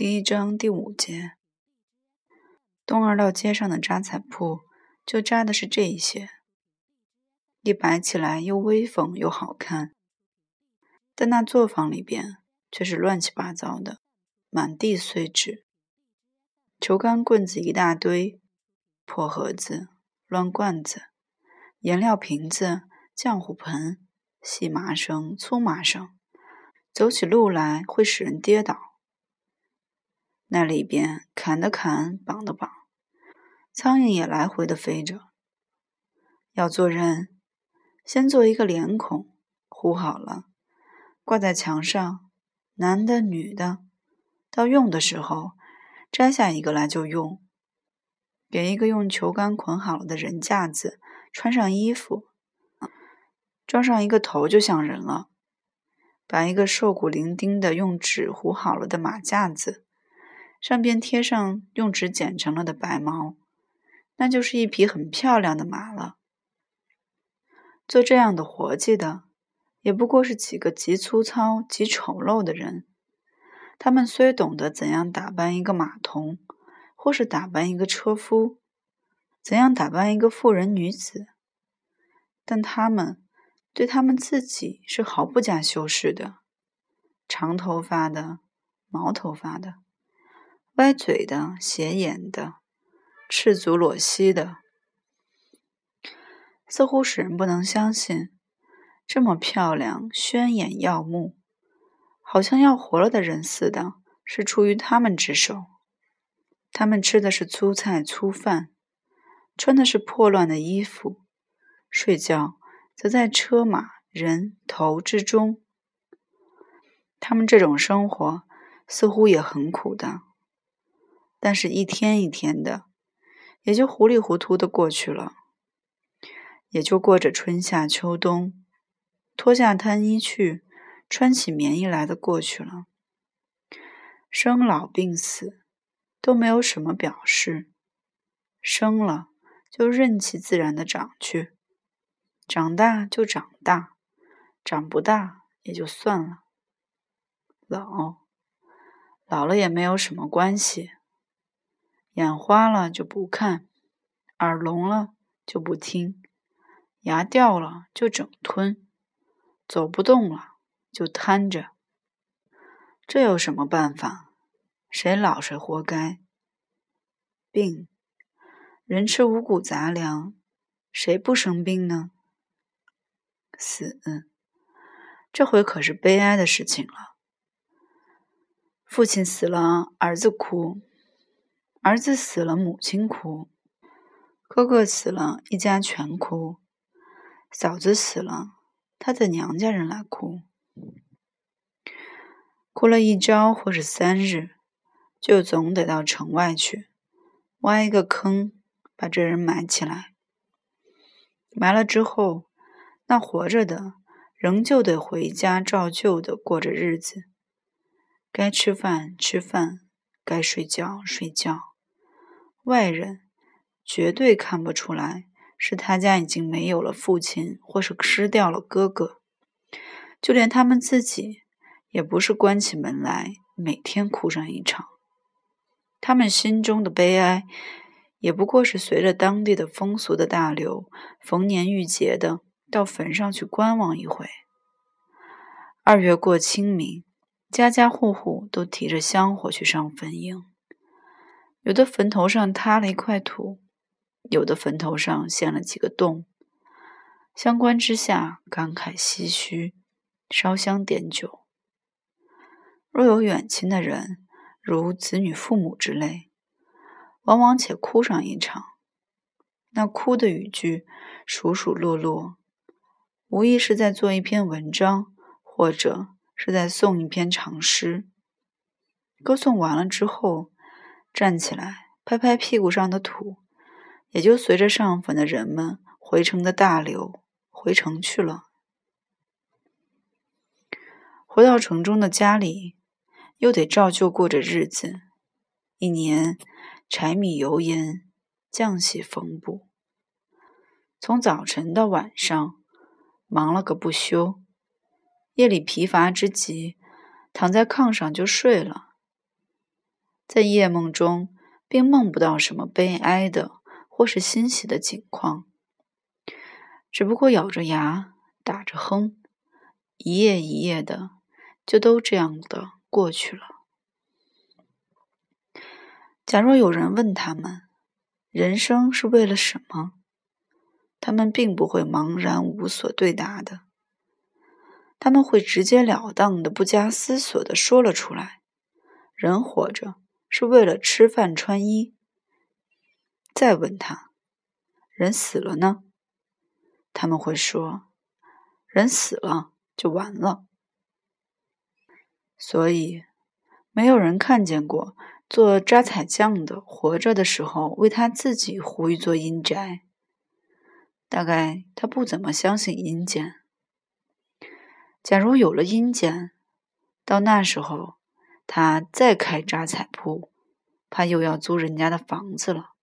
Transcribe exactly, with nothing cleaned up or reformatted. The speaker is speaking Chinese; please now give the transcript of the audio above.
第一章第五节。东二道街上的扎彩铺就扎的是这一些，一摆起来又威风又好看，但那作坊里边却是乱七八糟的，满地碎纸，球杆棍子一大堆，破盒子、乱罐子、颜料瓶子、浆糊盆、细麻绳、粗麻绳，走起路来会使人跌倒。那里边砍的砍，绑的绑，苍蝇也来回的飞着。要做人，先做一个脸孔，糊好了，挂在墙上，男的女的，到用的时候摘下一个来就用，给一个用球杆捆好了的人架子穿上衣服，装上一个头就像人了，把一个瘦骨伶仃的用纸糊好了的马架子上边贴上用纸剪成了的白毛，那就是一匹很漂亮的马了。做这样的活计的也不过是几个极粗糙极丑陋的人，他们虽懂得怎样打扮一个马童，或是打扮一个车夫，怎样打扮一个妇人女子，但他们对他们自己是毫不加修饰的，长头发的，毛头发的，歪嘴的，斜眼的，赤足裸膝的，似乎使人不能相信，这么漂亮、轩眼耀目，好像要活了的人似的，是出于他们之手。他们吃的是粗菜粗饭，穿的是破乱的衣服，睡觉则在车马人头之中。他们这种生活似乎也很苦的，但是一天一天的，也就糊里糊涂的过去了，也就过着春夏秋冬，脱下贪衣去，穿起棉衣来的过去了。生老病死都没有什么表示，生了就任其自然的长去，长大就长大，长不大也就算了。老老了也没有什么关系，眼花了就不看，耳聋了就不听，牙掉了就整吞，走不动了就瘫着。这有什么办法？谁老谁活该。病，人吃五谷杂粮，谁不生病呢？死，这回可是悲哀的事情了。父亲死了，儿子哭；儿子死了，母亲哭；哥哥死了，一家全哭；嫂子死了，他的娘家人来哭。哭了一朝或是三日，就总得到城外去，挖一个坑，把这人埋起来。埋了之后，那活着的仍旧得回家照旧的过着日子，该吃饭吃饭，该睡觉睡觉。外人绝对看不出来是他家已经没有了父亲，或是失掉了哥哥，就连他们自己也不是关起门来每天哭上一场。他们心中的悲哀也不过是随着当地的风俗的大流，逢年遇节的到坟上去观望一回。二月过清明，家家户户都提着香火去上坟茔，有的坟头上塌了一块土，有的坟头上陷了几个洞，香棺之下感慨唏嘘，烧香点酒。若有远亲的人，如子女父母之类，往往且哭上一场。那哭的语句数数落落，无疑是在做一篇文章，或者是在诵一篇长诗。歌颂完了之后，站起来拍拍屁股上的土，也就随着上坟的人们回城的大流回城去了。回到城中的家里，又得照旧过着日子，一年柴米油盐，浆洗缝补，从早晨到晚上忙了个不休，夜里疲乏之极，躺在炕上就睡了。 在夜梦中并梦不到什么悲哀的或是欣喜的景况，只不过咬着牙打着哼，一夜一夜的就都这样的过去了。假若有人问他们人生是为了什么，他们并不会茫然无所对答的，他们会直截了当的不加思索的说了出来，人活着是为了吃饭穿衣。再问他人死了呢，他们会说人死了就完了。所以没有人看见过做扎彩匠的活着的时候为他自己糊一座阴宅，大概他不怎么相信阴间。假如有了阴间，到那时候他再开扎彩铺，怕又要租人家的房子了。